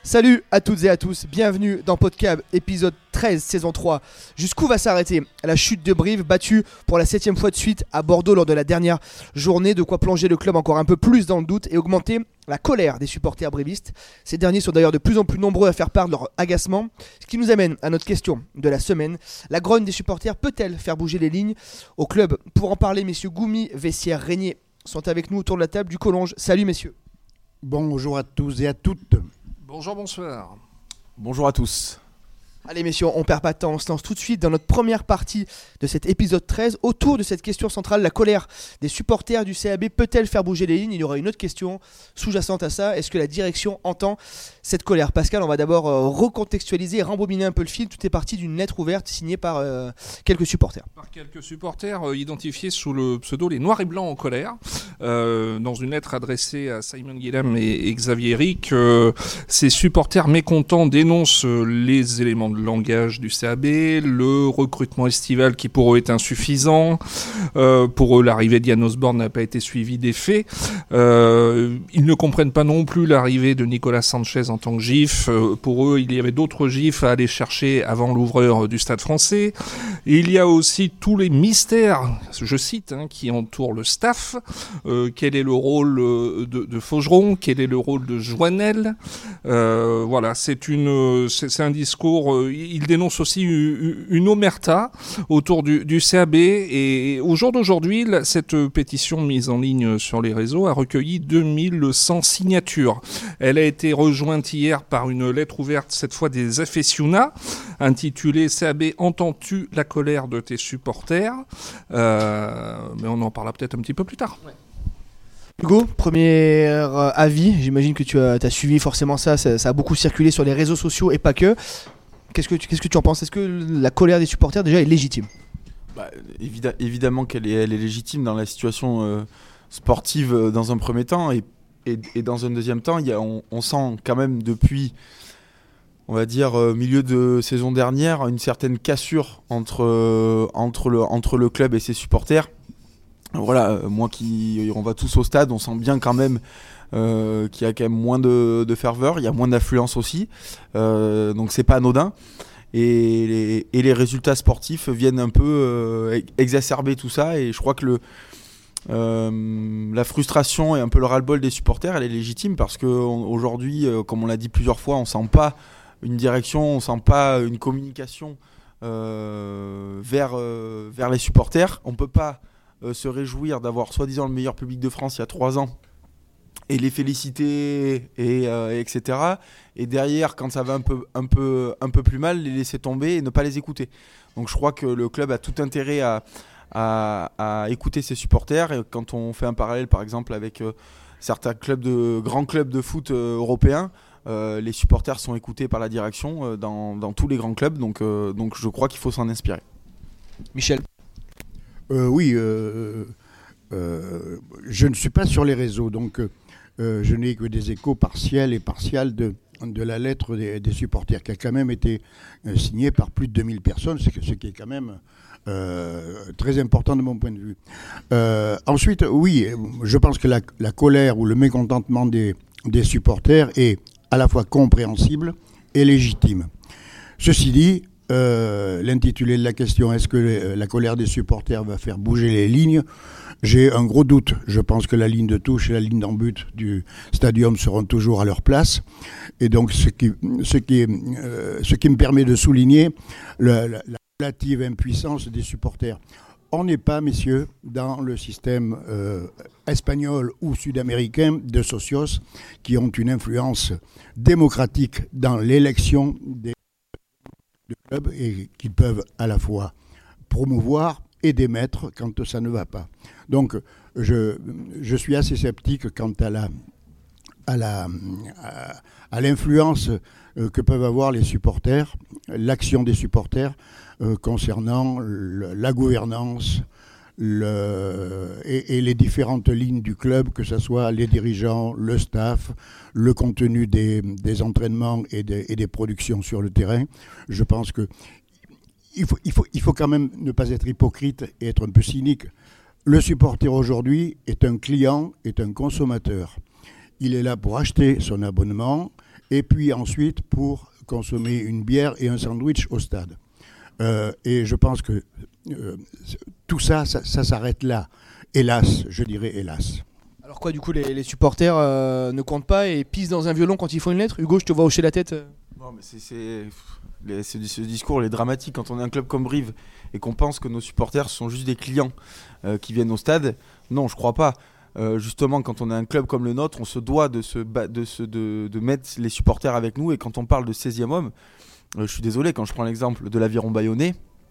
Salut à toutes et à tous, bienvenue dans Podcab, épisode 13, saison 3. Jusqu'où va s'arrêter la chute de Brive, battue pour la 7ème fois de suite à Bordeaux lors de la dernière journée, de quoi plonger le club encore un peu plus dans le doute et augmenter la colère des supporters brivistes. Ces derniers sont d'ailleurs de plus en plus nombreux à faire part de leur agacement, ce qui nous amène à notre question de la semaine. La grogne des supporters peut-elle faire bouger les lignes au club? Pour en parler, messieurs Goumi, Vessière, Régnier sont avec nous autour de la table du Collonges. Salut messieurs. Bonjour à tous et à toutes. Bonjour, bonsoir. Bonjour à tous. Allez messieurs, on perd pas de temps, on se lance tout de suite dans notre première partie de cet épisode 13 autour de cette question centrale, la colère des supporters du CAB peut-elle faire bouger les lignes? Il y aura une autre question sous-jacente à ça, est-ce que la direction entend cette colère? Pascal, on va d'abord recontextualiser et rembobiner un peu le fil. Tout est parti d'une lettre ouverte signée par quelques supporters. Par quelques supporters identifiés sous le pseudo Les Noirs et Blancs en colère, dans une lettre adressée à Simon Guilhem et Xavier Ric, ces supporters mécontents dénoncent les éléments de langage du CAB, le recrutement estival qui pour eux est insuffisant, pour eux l'arrivée d'Yann Osborne n'a pas été suivie des faits, ils ne comprennent pas non plus l'arrivée de Nicolas Sanchez en tant que GIF, pour eux il y avait d'autres GIFs à aller chercher avant l'ouvreur du Stade français, et il y a aussi tous les mystères, je cite, qui entourent le staff, quel est le rôle de Faugeron, quel est le rôle de Joannel, voilà, c'est un discours. Il dénonce aussi une omerta autour du CAB, et au jour d'aujourd'hui, cette pétition mise en ligne sur les réseaux a recueilli 2100 signatures. Elle a été rejointe hier par une lettre ouverte, cette fois des Afessiounas, intitulée « CAB, entends-tu la colère de tes supporters ?» Mais on en parlera peut-être un petit peu plus tard. Ouais. Hugo, premier avis, j'imagine que tu as suivi forcément ça a beaucoup circulé sur les réseaux sociaux et pas que. Qu'est-ce que tu en penses? Est-ce que la colère des supporters déjà est légitime? Évidemment qu'elle est légitime dans la situation sportive dans un premier temps, et dans un deuxième temps, on sent quand même depuis, on va dire, milieu de saison dernière, une certaine cassure entre le club et ses supporters. Voilà, on va tous au stade, on sent bien quand même qu'il y a quand même moins de ferveur, il y a moins d'affluence aussi, donc c'est pas anodin, et les résultats sportifs viennent un peu exacerber tout ça, et je crois que la frustration et un peu le ras-le-bol des supporters, elle est légitime, parce qu'aujourd'hui, comme on l'a dit plusieurs fois, on sent pas une direction, on sent pas une communication vers les supporters. On peut pas se réjouir d'avoir soi-disant le meilleur public de France il y a 3 ans et les féliciter etc. Et derrière, quand ça va un peu plus mal, les laisser tomber et ne pas les écouter. Donc je crois que le club a tout intérêt à écouter ses supporters. Et quand on fait un parallèle par exemple avec certains grands clubs de foot européens, les supporters sont écoutés par la direction dans tous les grands clubs. Donc je crois qu'il faut s'en inspirer. Michel. Oui, je ne suis pas sur les réseaux, donc je n'ai que des échos partiels de la lettre des supporters, qui a quand même été signée par plus de 2000 personnes, ce qui est quand même très important de mon point de vue. Ensuite, oui, je pense que la colère ou le mécontentement des supporters est à la fois compréhensible et légitime. Ceci dit, l'intitulé de la question, est-ce que la colère des supporters va faire bouger les lignes? J'ai un gros doute. Je pense que la ligne de touche et la ligne d'en but du stadium seront toujours à leur place. Et donc, ce qui me permet de souligner la relative impuissance des supporters. On n'est pas, messieurs, dans le système espagnol ou sud-américain de socios qui ont une influence démocratique dans l'élection des clubs et qui peuvent à la fois promouvoir et démettre quand ça ne va pas. Donc je suis assez sceptique quant à l'influence que peuvent avoir les supporters, l'action des supporters concernant la gouvernance et les différentes lignes du club, que ce soit les dirigeants, le staff, le contenu des entraînements et des productions sur le terrain. Je pense que il faut quand même ne pas être hypocrite et être un peu cynique. Le supporter aujourd'hui est un client, est un consommateur. Il est là pour acheter son abonnement et puis ensuite pour consommer une bière et un sandwich au stade. Et je pense que tout ça s'arrête là. Hélas, je dirais hélas. Alors quoi, du coup, les supporters ne comptent pas et pissent dans un violon quand ils font une lettre? Hugo, je te vois hocher la tête. Non, mais ce discours, il est dramatique. Quand on est un club comme Brive et qu'on pense que nos supporters sont juste des clients qui viennent au stade, non, je crois pas. Justement, quand on est un club comme le nôtre, on se doit de mettre les supporters avec nous. Et quand on parle de 16e homme, je suis désolé, quand je prends l'exemple de l'Aviron Bayonnais,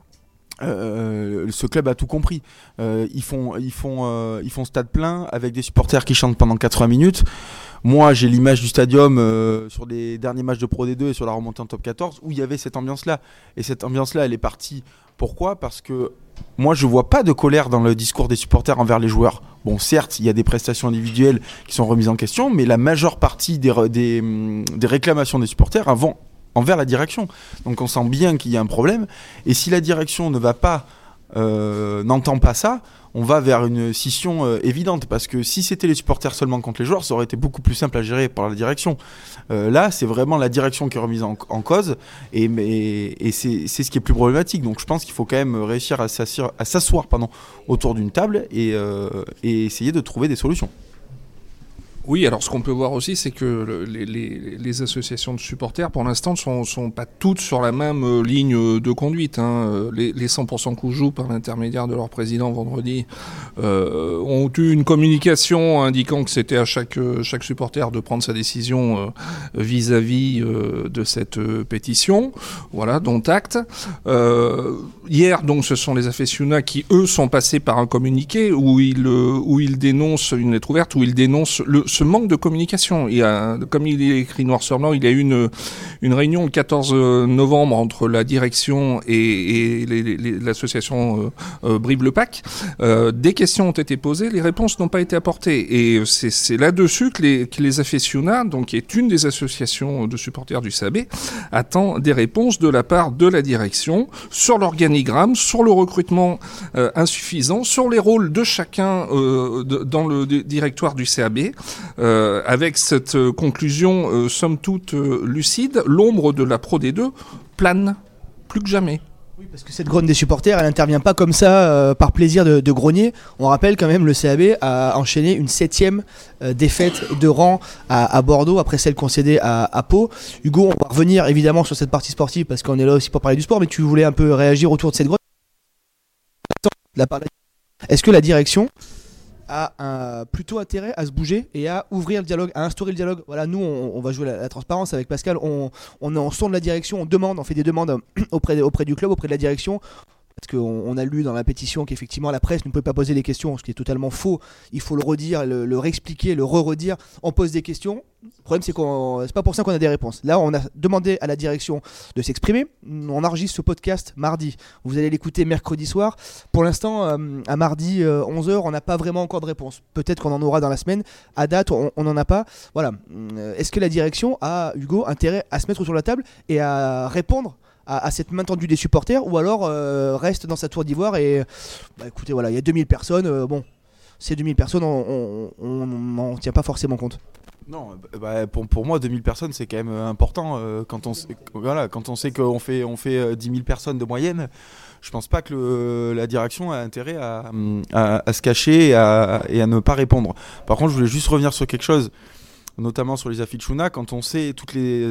ce club a tout compris. Ils font stade plein avec des supporters qui chantent pendant 80 minutes. Moi, j'ai l'image du stadium sur les derniers matchs de Pro D2 et sur la remontée en top 14 où il y avait cette ambiance-là. Et cette ambiance-là, elle est partie. Pourquoi ? Parce que moi, je vois pas de colère dans le discours des supporters envers les joueurs. Bon, certes, il y a des prestations individuelles qui sont remises en question, mais la majeure partie des réclamations des supporters vont envers la direction. Donc on sent bien qu'il y a un problème. Et si la direction ne va pas, n'entend pas ça, on va vers une scission évidente. Parce que si c'était les supporters seulement contre les joueurs, ça aurait été beaucoup plus simple à gérer par la direction. Là, c'est vraiment la direction qui est remise en cause. Et c'est ce qui est plus problématique. Donc je pense qu'il faut quand même réussir à s'asseoir autour d'une table et essayer de trouver des solutions. Oui, alors ce qu'on peut voir aussi, c'est que les associations de supporters, pour l'instant, ne sont pas toutes sur la même ligne de conduite. Hein. Les 100% Coujou, par l'intermédiaire de leur président vendredi, ont eu une communication indiquant que c'était à chaque supporter de prendre sa décision vis-à-vis de cette pétition. Voilà, dont acte. Hier, donc, ce sont les Afessiuna qui, eux, sont passés par un communiqué où ils dénoncent une lettre ouverte, où ils dénoncent ce manque de communication. Comme il est écrit noir sur blanc, il y a eu une réunion le 14 novembre entre la direction et l'association Brive-le-Pac. Des questions ont été posées, les réponses n'ont pas été apportées. Et c'est là-dessus que les Afessiuna, donc qui est une des associations de supporters du SAB, attend des réponses de la part de la direction sur l'organigramme, sur le recrutement insuffisant, sur les rôles de chacun dans le directoire du CAB. Avec cette conclusion somme toute lucide, l'ombre de la Pro D2 plane plus que jamais. Oui, parce que cette grogne des supporters, elle n'intervient pas comme ça par plaisir de grogner. On rappelle quand même, le CAB a enchaîné une 7e défaite de rang à Bordeaux après celle concédée à Pau. Hugo, on va revenir évidemment sur cette partie sportive parce qu'on est là aussi pour parler du sport, mais tu voulais un peu réagir autour de cette grogne. Est-ce que la direction a plutôt intérêt à se bouger et à ouvrir le dialogue, à instaurer le dialogue? Voilà, nous on va jouer la transparence avec Pascal, on sonde la direction, on fait des demandes auprès du club, auprès de la direction. Parce qu'on a lu dans la pétition qu'effectivement la presse ne peut pas poser des questions, ce qui est totalement faux. Il faut le redire, le réexpliquer, le re-redire. On pose des questions. Le problème, c'est c'est pas pour ça qu'on a des réponses. Là, on a demandé à la direction de s'exprimer. On enregistre ce podcast mardi. Vous allez l'écouter mercredi soir. Pour l'instant, à mardi 11h, on n'a pas vraiment encore de réponse. Peut-être qu'on en aura dans la semaine. À date, on n'en a pas. Voilà. Est-ce que la direction a, Hugo, intérêt à se mettre autour de la table et à répondre à cette main tendue des supporters, ou alors reste dans sa tour d'ivoire et écoutez, voilà, il y a 2000 personnes, ces 2000 personnes, on n'en tient pas forcément compte. Non, pour moi 2000 personnes c'est quand même important quand on sait qu'on fait 10 000 personnes de moyenne. Je pense pas que la direction a intérêt à se cacher et à ne pas répondre. Par contre, je voulais juste revenir sur quelque chose, notamment sur les Afficiuna, quand on sait toutes les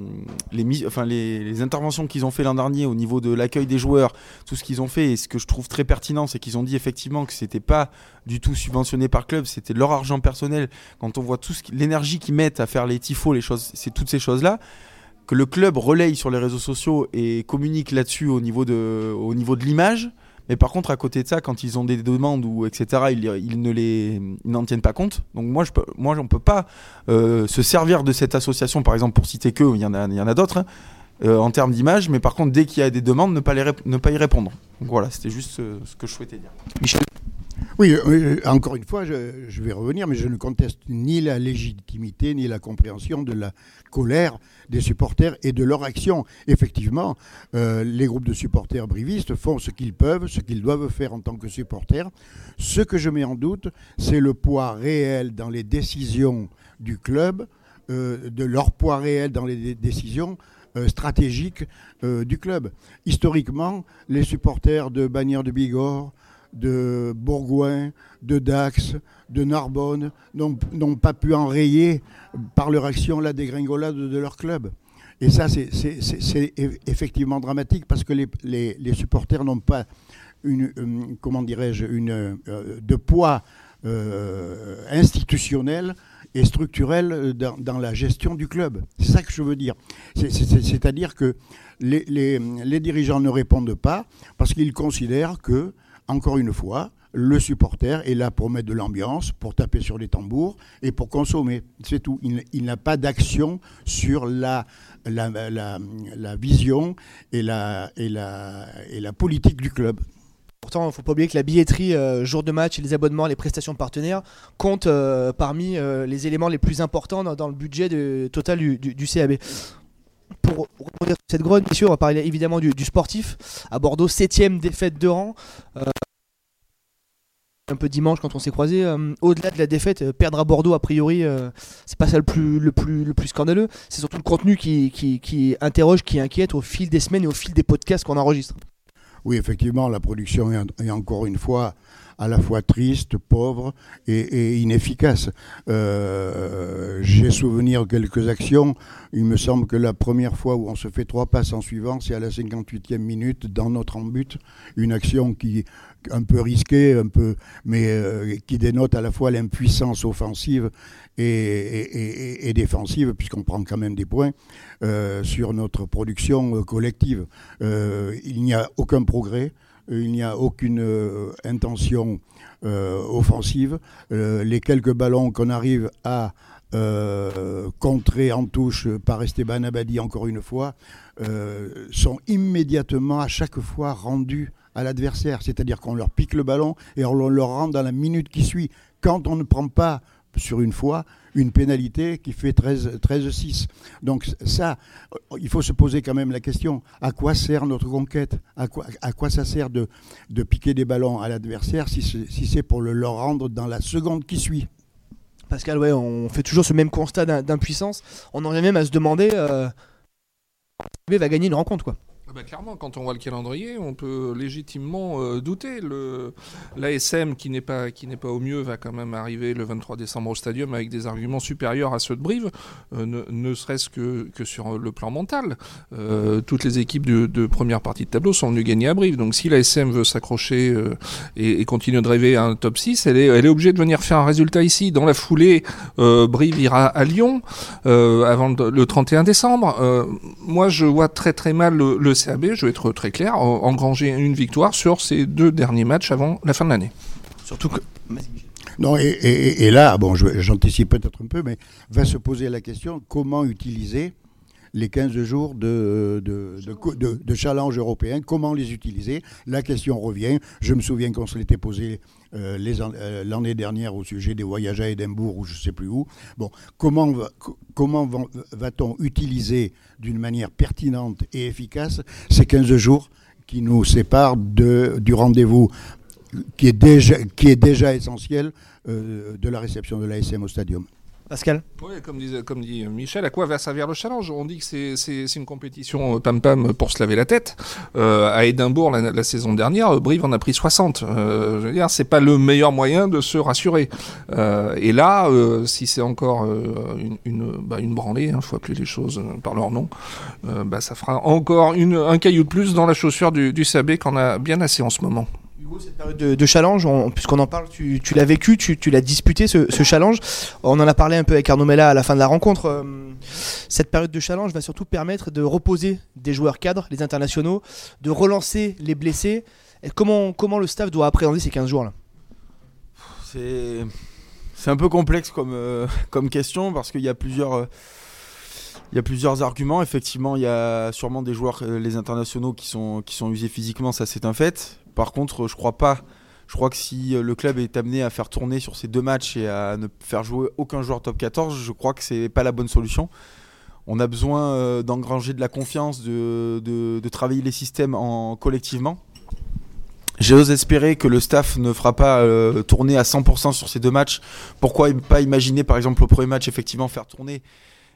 interventions qu'ils ont fait l'an dernier au niveau de l'accueil des joueurs, tout ce qu'ils ont fait, et ce que je trouve très pertinent, c'est qu'ils ont dit effectivement que c'était pas du tout subventionné par club, c'était leur argent personnel. Quand on voit l'énergie qu'ils mettent à faire les tifos, c'est toutes ces choses-là, que le club relaye sur les réseaux sociaux et communique là-dessus au niveau de l'image. Mais par contre, à côté de ça, quand ils ont des demandes ou etc., ils n'en tiennent pas compte. Donc moi, on peut pas se servir de cette association, par exemple, pour citer qu'eux, il y en a d'autres, en termes d'image. Mais par contre, dès qu'il y a des demandes, ne pas y répondre. Donc voilà, c'était juste ce que je souhaitais dire. Michel. Oui, encore une fois, je vais revenir, mais je ne conteste ni la légitimité ni la compréhension de la colère des supporters et de leur action. Effectivement, les groupes de supporters brivistes font ce qu'ils peuvent, ce qu'ils doivent faire en tant que supporters. Ce que je mets en doute, c'est le poids réel dans les décisions du club de leur poids réel dans les décisions stratégiques du club. Historiquement, les supporters de Bagnères de Bigorre, de Bourgoin, de Dax, de Narbonne n'ont pas pu enrayer par leur action la dégringolade de leur club. Et ça, c'est effectivement dramatique parce que les supporters n'ont pas de poids institutionnel et structurel dans la gestion du club. C'est ça que je veux dire. C'est-à-dire que les dirigeants ne répondent pas parce qu'ils considèrent que, encore une fois, le supporter est là pour mettre de l'ambiance, pour taper sur les tambours et pour consommer. C'est tout. Il n'a pas d'action sur la vision et la politique du club. Pourtant, il ne faut pas oublier que la billetterie, jour de match et les abonnements, les prestations partenaires comptent parmi les éléments les plus importants dans le budget total du CAB. Pour revenir sur cette grogne, messieurs, on va parler évidemment du sportif. À Bordeaux, 7e défaite de rang. Un peu dimanche quand on s'est croisés. Au-delà de la défaite, perdre à Bordeaux, a priori, c'est pas ça le plus scandaleux. C'est surtout le contenu qui interroge, qui inquiète au fil des semaines et au fil des podcasts qu'on enregistre. Oui, effectivement, la production est encore une fois à la fois triste, pauvre et inefficace. J'ai souvenir de quelques actions. Il me semble que la première fois où on se fait 3 passes en suivant, c'est à la 58e minute, dans notre en-but. Une action qui un peu risquée, mais qui dénote à la fois l'impuissance offensive et défensive, puisqu'on prend quand même des points sur notre production collective. Il n'y a aucun progrès. Il n'y a aucune intention offensive. Les quelques ballons qu'on arrive à contrer en touche par Esteban Abadi, encore une fois, sont immédiatement, à chaque fois, rendus à l'adversaire. C'est-à-dire qu'on leur pique le ballon et on leur rend dans la minute qui suit. Quand on ne prend pas, sur une fois, une pénalité qui fait 13-6. Donc ça, il faut se poser quand même la question, à quoi sert notre conquête ? À quoi ça sert de piquer des ballons à l'adversaire si c'est pour le leur rendre dans la seconde qui suit ? Pascal, ouais, on fait toujours ce même constat d'impuissance. On en vient même à se demander qui va gagner une rencontre, quoi. Clairement, quand on voit le calendrier, on peut légitimement douter. L'ASM, qui n'est pas au mieux, va quand même arriver le 23 décembre au Stadium avec des arguments supérieurs à ceux de Brive, ne serait-ce que sur le plan mental. Toutes les équipes de première partie de tableau sont venues gagner à Brive. Donc si l'ASM veut s'accrocher et continue de rêver à un top 6, elle est obligée de venir faire un résultat ici. Dans la foulée, Brive ira à Lyon avant le 31 décembre. Moi, je vois très très mal le CAB, je vais être très clair, engranger une victoire sur ces 2 derniers matchs avant la fin de l'année. Surtout que... Non, et là, bon, j'anticipe peut-être un peu, mais va se poser la question, comment utiliser les 15 jours de challenge européen, comment les utiliser ? La question revient. Je me souviens qu'on se l'était posé l'année dernière au sujet des voyages à Édimbourg ou je ne sais plus où. Bon, comment va-t-on utiliser d'une manière pertinente et efficace ces 15 jours qui nous séparent du rendez-vous qui est déjà essentiel de la réception de l'ASM au Stadium ? Pascal ? Oui, comme dit Michel, à quoi va servir le challenge ? On dit que c'est une compétition pam-pam pour se laver la tête. À Édimbourg, la saison dernière, Brive en a pris 60. Je veux dire, c'est pas le meilleur moyen de se rassurer. Et là, si c'est encore une branlée, faut appeler les choses par leur nom, ça fera encore un caillou de plus dans la chaussure du CAB qu'on a bien assez en ce moment. Hugo, cette période de challenge, puisqu'on en parle, tu l'as vécu, tu l'as disputé ce challenge. On en a parlé un peu avec Arnaud Mella à la fin de la rencontre. Cette période de challenge va surtout permettre de reposer des joueurs cadres, les internationaux, de relancer les blessés. Et comment le staff doit appréhender ces 15 jours-là ? C'est un peu complexe comme question parce qu'il y a plusieurs arguments. Effectivement, il y a sûrement des joueurs, les internationaux, qui sont usés physiquement, ça c'est un fait. Par contre, je crois pas. Je crois que si le club est amené à faire tourner sur ces 2 matchs et à ne faire jouer aucun joueur top 14, je crois que c'est pas la bonne solution. On a besoin d'engranger de la confiance, de travailler les systèmes collectivement. J'ose espérer que le staff ne fera pas tourner à 100% sur ces 2 matchs. Pourquoi pas imaginer, par exemple, au premier match, effectivement, faire tourner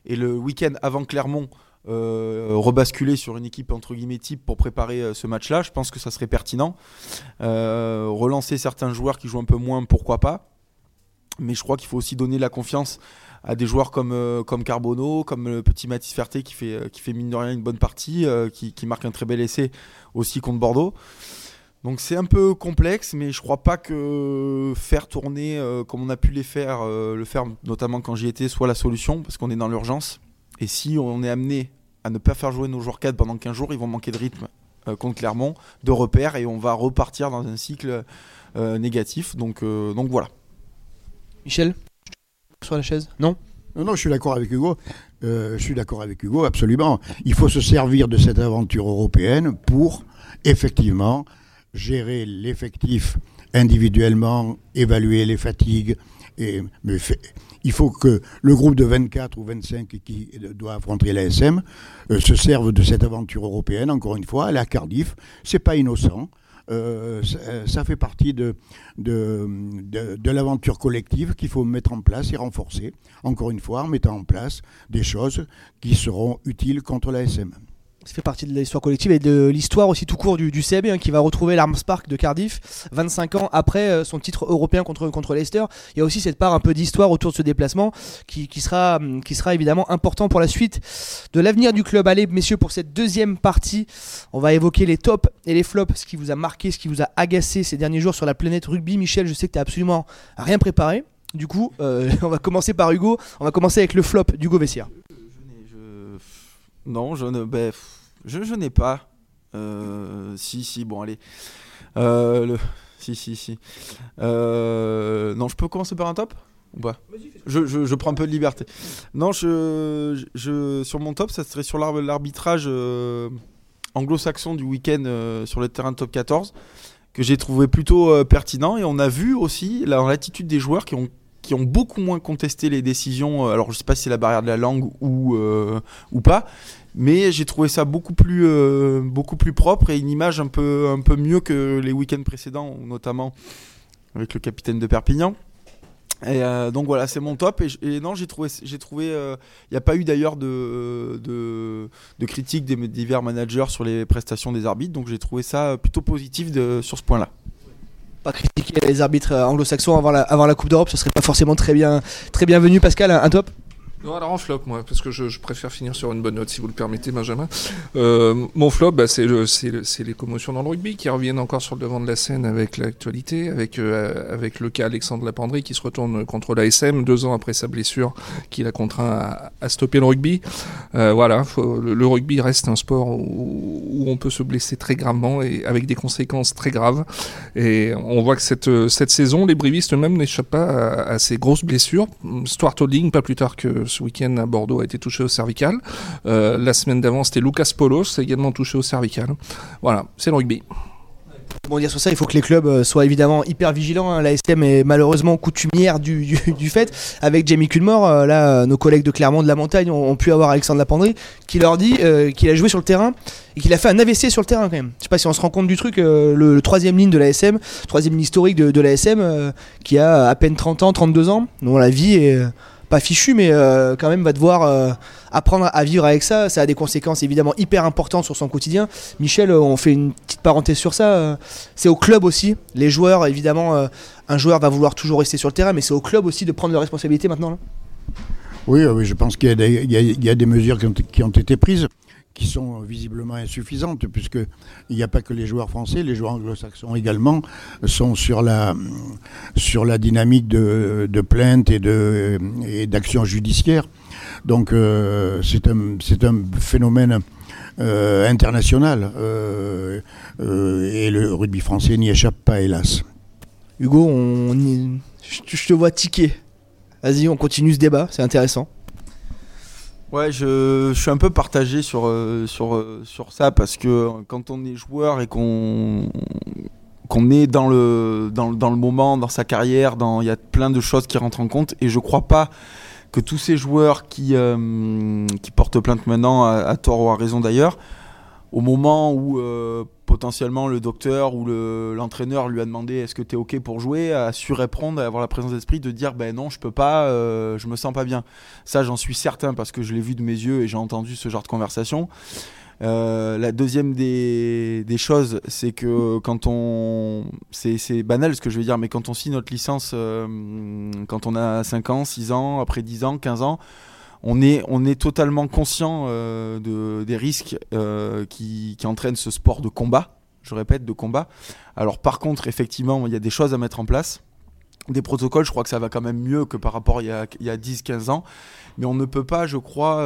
et le week-end avant Clermont rebasculer sur une équipe entre guillemets type pour préparer ce match-là, je pense que ça serait pertinent. Relancer certains joueurs qui jouent un peu moins, pourquoi pas, mais je crois qu'il faut aussi donner la confiance à des joueurs comme Carbonneau, comme le petit Mathis Ferté qui fait mine de rien une bonne partie, qui marque un très bel essai aussi contre Bordeaux. Donc c'est un peu complexe, mais je crois pas que faire tourner comme on a pu le faire notamment quand j'y étais, soit la solution, parce qu'on est dans l'urgence. Et si on est amené à ne pas faire jouer nos joueurs cadres pendant 15 jours, ils vont manquer de rythme contre Clermont, de repères, et on va repartir dans un cycle négatif. Donc voilà. Michel, sur la chaise? Non, je suis d'accord avec Hugo. Absolument. Il faut se servir de cette aventure européenne pour, effectivement, gérer l'effectif individuellement, évaluer les fatigues. Il faut que le groupe de 24 ou 25 qui doit affronter l'ASM se serve de cette aventure européenne. Encore une fois, elle est à Cardiff. C'est pas innocent. Ça fait partie de l'aventure collective qu'il faut mettre en place et renforcer. Encore une fois, en mettant en place des choses qui seront utiles contre l'ASM. Ça fait partie de l'histoire collective et de l'histoire aussi tout court du CAB qui va retrouver l'Arms Park de Cardiff 25 ans après son titre européen contre Leicester. Il y a aussi cette part un peu d'histoire autour de ce déplacement qui sera évidemment important pour la suite de l'avenir du club. Allez messieurs, pour cette deuxième partie, on va évoquer les tops et les flops, ce qui vous a marqué, ce qui vous a agacé ces derniers jours sur la planète rugby. Michel, je sais que tu n'as absolument rien préparé. Du coup, on va commencer par Hugo. On va commencer avec le flop d'Hugo Vessière. Non, je n'ai pas. Si, bon, allez. Si. Non, je peux commencer par un top ou pas? Je prends un peu de liberté. Non, sur mon top, ça serait sur l'arbitrage anglo-saxon du week-end sur le terrain de top 14, que j'ai trouvé plutôt pertinent. Et on a vu aussi l'attitude des joueurs qui ont beaucoup moins contesté les décisions. Alors, je ne sais pas si c'est la barrière de la langue ou pas. Mais j'ai trouvé ça beaucoup plus propre et une image un peu mieux que les week-ends précédents, notamment avec le capitaine de Perpignan. Et donc voilà, c'est mon top. Et non, j'ai trouvé, il n'y a pas eu d'ailleurs de critiques des divers managers sur les prestations des arbitres. Donc j'ai trouvé ça plutôt positif sur ce point-là. Pas critiquer les arbitres anglo-saxons avant la Coupe d'Europe, ce serait pas forcément très bienvenu. Pascal, un top? Non, alors en flop, moi, parce que je préfère finir sur une bonne note, si vous le permettez, Benjamin. Mon flop, c'est les commotions dans le rugby qui reviennent encore sur le devant de la scène avec l'actualité, avec le cas Alexandre Lapendry qui se retourne contre l'ASM 2 ans après sa blessure qui l'a contraint à stopper le rugby. Voilà, le rugby reste un sport où on peut se blesser très gravement et avec des conséquences très graves. Et on voit que cette saison, les brivistes eux-mêmes n'échappent pas à ces grosses blessures. Stuart Holding, pas plus tard que ce week-end à Bordeaux, a été touché au cervical. La semaine d'avant, c'était Lucas Polos, également touché au cervical. Voilà, c'est le rugby. Pour dire sur ça, il faut que les clubs soient évidemment hyper vigilants. La SM est malheureusement coutumière du fait. Avec Jamie Culmore, nos collègues de Clermont de la Montagne ont pu avoir Alexandre Lapendry qui leur dit qu'il a joué sur le terrain et qu'il a fait un AVC sur le terrain quand même. Je sais pas si on se rend compte du truc, le troisième ligne de la SM, troisième ligne historique de la SM, qui a à peine 30 ans, 32 ans, dont la vie est pas fichu, mais quand même va devoir apprendre à vivre avec ça. Ça a des conséquences évidemment hyper importantes sur son quotidien. Michel, on fait une petite parenthèse sur ça. C'est au club aussi. Les joueurs, évidemment, un joueur va vouloir toujours rester sur le terrain, mais c'est au club aussi de prendre leurs responsabilités maintenant. Là. Oui, je pense qu'il y a des mesures qui ont été prises, qui sont visiblement insuffisantes, puisqu'il n'y a pas que les joueurs français, les joueurs anglo-saxons également sont sur la dynamique de plainte et d'actions judiciaires. Donc c'est un phénomène international et le rugby français n'y échappe pas, hélas. Hugo, je te vois tiquer. Vas-y, on continue ce débat, c'est intéressant. Ouais, je suis un peu partagé sur ça, parce que quand on est joueur et qu'on est dans le moment, dans sa carrière, il y a plein de choses qui rentrent en compte, et je crois pas que tous ces joueurs qui portent plainte maintenant, à tort ou à raison d'ailleurs, au moment où potentiellement le docteur ou l'entraîneur lui a demandé est-ce que tu es OK pour jouer, a su répondre, avoir la présence d'esprit de dire non, je peux pas, je me sens pas bien. Ça, j'en suis certain parce que je l'ai vu de mes yeux et j'ai entendu ce genre de conversation. La deuxième des choses, c'est que c'est banal ce que je vais dire, mais quand on signe notre licence, quand on a 5 ans, 6 ans, après 10 ans, 15 ans, on est totalement conscient des risques qui entraînent ce sport de combat, je répète, de combat. Alors par contre, effectivement, il y a des choses à mettre en place, des protocoles, je crois que ça va quand même mieux que par rapport il y a 10-15 ans, mais on ne peut pas, je crois,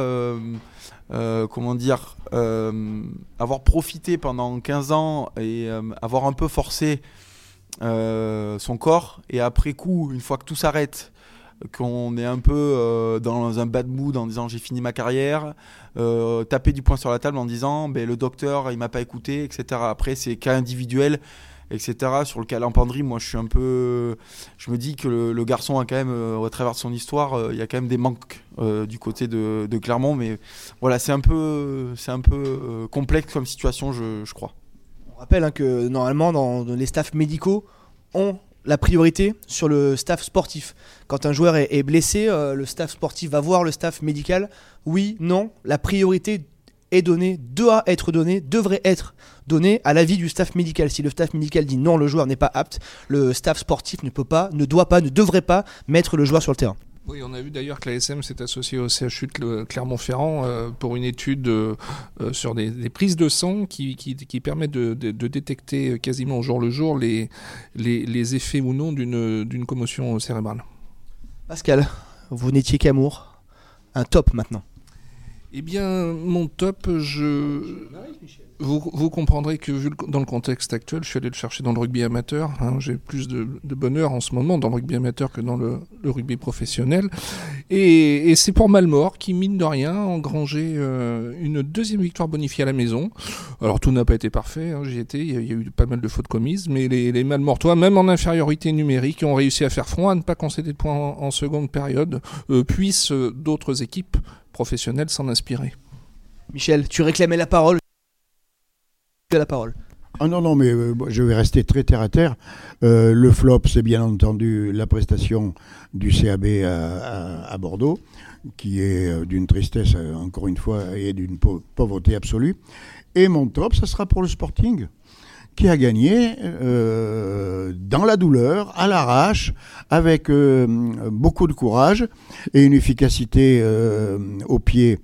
avoir profité pendant 15 ans et avoir un peu forcé son corps, et après coup, une fois que tout s'arrête, qu'on est un peu dans un bad mood en disant j'ai fini ma carrière, taper du poing sur la table en disant le docteur il m'a pas écouté, etc. Après c'est cas individuel, etc. Sur le cas Lampandry, moi je me dis que le garçon a quand même, au travers de son histoire, il y a quand même des manques du côté de Clermont, mais voilà, c'est un peu complexe comme situation, je crois. On rappelle que normalement dans les staffs médicaux ont la priorité sur le staff sportif. Quand un joueur est blessé, le staff sportif va voir le staff médical. Oui, non, la priorité est donnée, doit être donnée, devrait être donnée à l'avis du staff médical. Si le staff médical dit non, le joueur n'est pas apte, le staff sportif ne devrait pas mettre le joueur sur le terrain. Oui, on a vu d'ailleurs que l'ASM s'est associée au CHU de Clermont-Ferrand pour une étude sur des prises de sang qui permet de détecter quasiment au jour le jour les effets ou non d'une commotion cérébrale. Pascal, vous n'étiez qu'amour. Un top maintenant. Eh bien, mon top, vous comprendrez que vu dans le contexte actuel, je suis allé le chercher dans le rugby amateur. J'ai plus de bonheur en ce moment dans le rugby amateur que dans le rugby professionnel. Et c'est pour Malmort qui, mine de rien, a engrangé une deuxième victoire bonifiée à la maison. Alors tout n'a pas été parfait, j'y étais, il y a eu pas mal de fautes commises, mais les Malmortois, même en infériorité numérique, ont réussi à faire front, à ne pas concéder de points en seconde période, puissent d'autres équipes professionnels s'en inspirer. Michel, tu réclamais la parole. La parole. Ah non, mais je vais rester très terre à terre. Le flop, c'est bien entendu la prestation du CAB à Bordeaux, qui est d'une tristesse, encore une fois, et d'une pauvreté absolue. Et mon top, ça sera pour le Sporting, qui a gagné dans la douleur, à l'arrache, avec beaucoup de courage et une efficacité au pied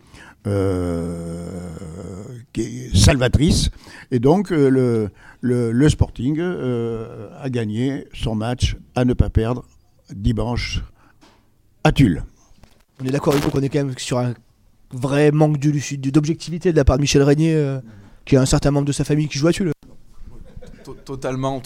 qui est salvatrice. Et donc le Sporting a gagné son match à ne pas perdre dimanche à Tulle. On est d'accord avec vous qu'on est quand même sur un vrai manque d'objectivité de la part de Michel Régnier, qui a un certain membre de sa famille qui joue à Tulle. Totalement.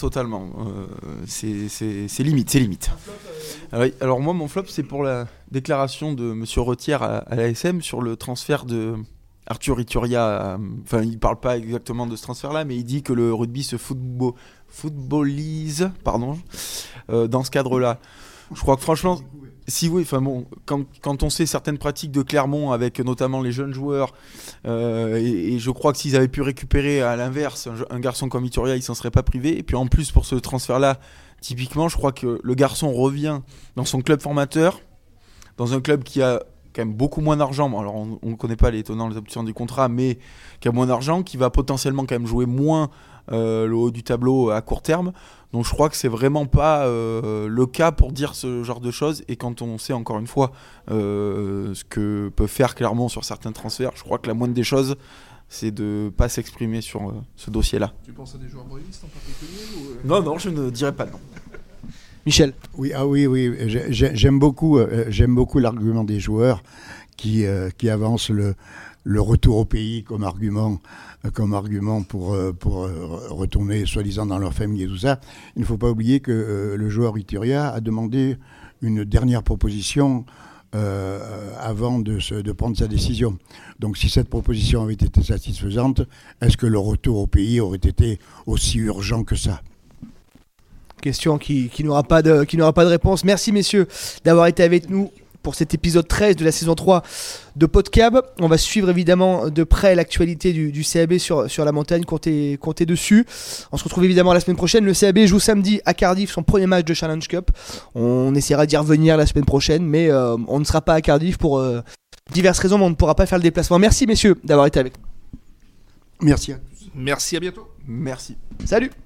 C'est limite. Alors moi, mon flop, c'est pour la déclaration de Monsieur Retière à l'ASM sur le transfert de Arthur Ituria. Enfin, il parle pas exactement de ce transfert-là, mais il dit que le rugby se footballise, dans ce cadre-là. Je crois que franchement, quand on sait certaines pratiques de Clermont avec notamment les jeunes joueurs, et je crois que s'ils avaient pu récupérer à l'inverse un garçon comme Ituria, ils s'en seraient pas privés. Et puis en plus pour ce transfert-là, typiquement, je crois que le garçon revient dans son club formateur, dans un club qui a quand même beaucoup moins d'argent. Alors on ne connaît pas les tenants, les aboutissants du contrat, mais qui a moins d'argent, qui va potentiellement quand même jouer moins le haut du tableau à court terme. Donc je crois que c'est vraiment pas le cas pour dire ce genre de choses. Et quand on sait encore une fois ce que peut faire Clermont sur certains transferts, je crois que la moindre des choses, c'est de pas s'exprimer sur ce dossier-là. Tu penses à des joueurs brévistes en particulier Non, je ne dirais pas non. Michel. Oui, j'aime beaucoup l'argument des joueurs qui avancent le retour au pays comme argument pour retourner soi-disant dans leur famille et tout ça. Il ne faut pas oublier que le joueur Ituria a demandé une dernière proposition avant de prendre sa décision. Donc si cette proposition avait été satisfaisante, est-ce que le retour au pays aurait été aussi urgent que ça ? Question qui n'aura pas de réponse. Merci messieurs d'avoir été avec nous pour cet épisode 13 de la saison 3 de Podcab. On va suivre évidemment de près l'actualité du CAB sur la montagne, comptez dessus. On se retrouve évidemment la semaine prochaine. Le CAB joue samedi à Cardiff son premier match de Challenge Cup. On essaiera d'y revenir la semaine prochaine, mais on ne sera pas à Cardiff pour diverses raisons, mais on ne pourra pas faire le déplacement. Merci messieurs d'avoir été avec nous. Merci. Merci, à bientôt. Merci. Salut.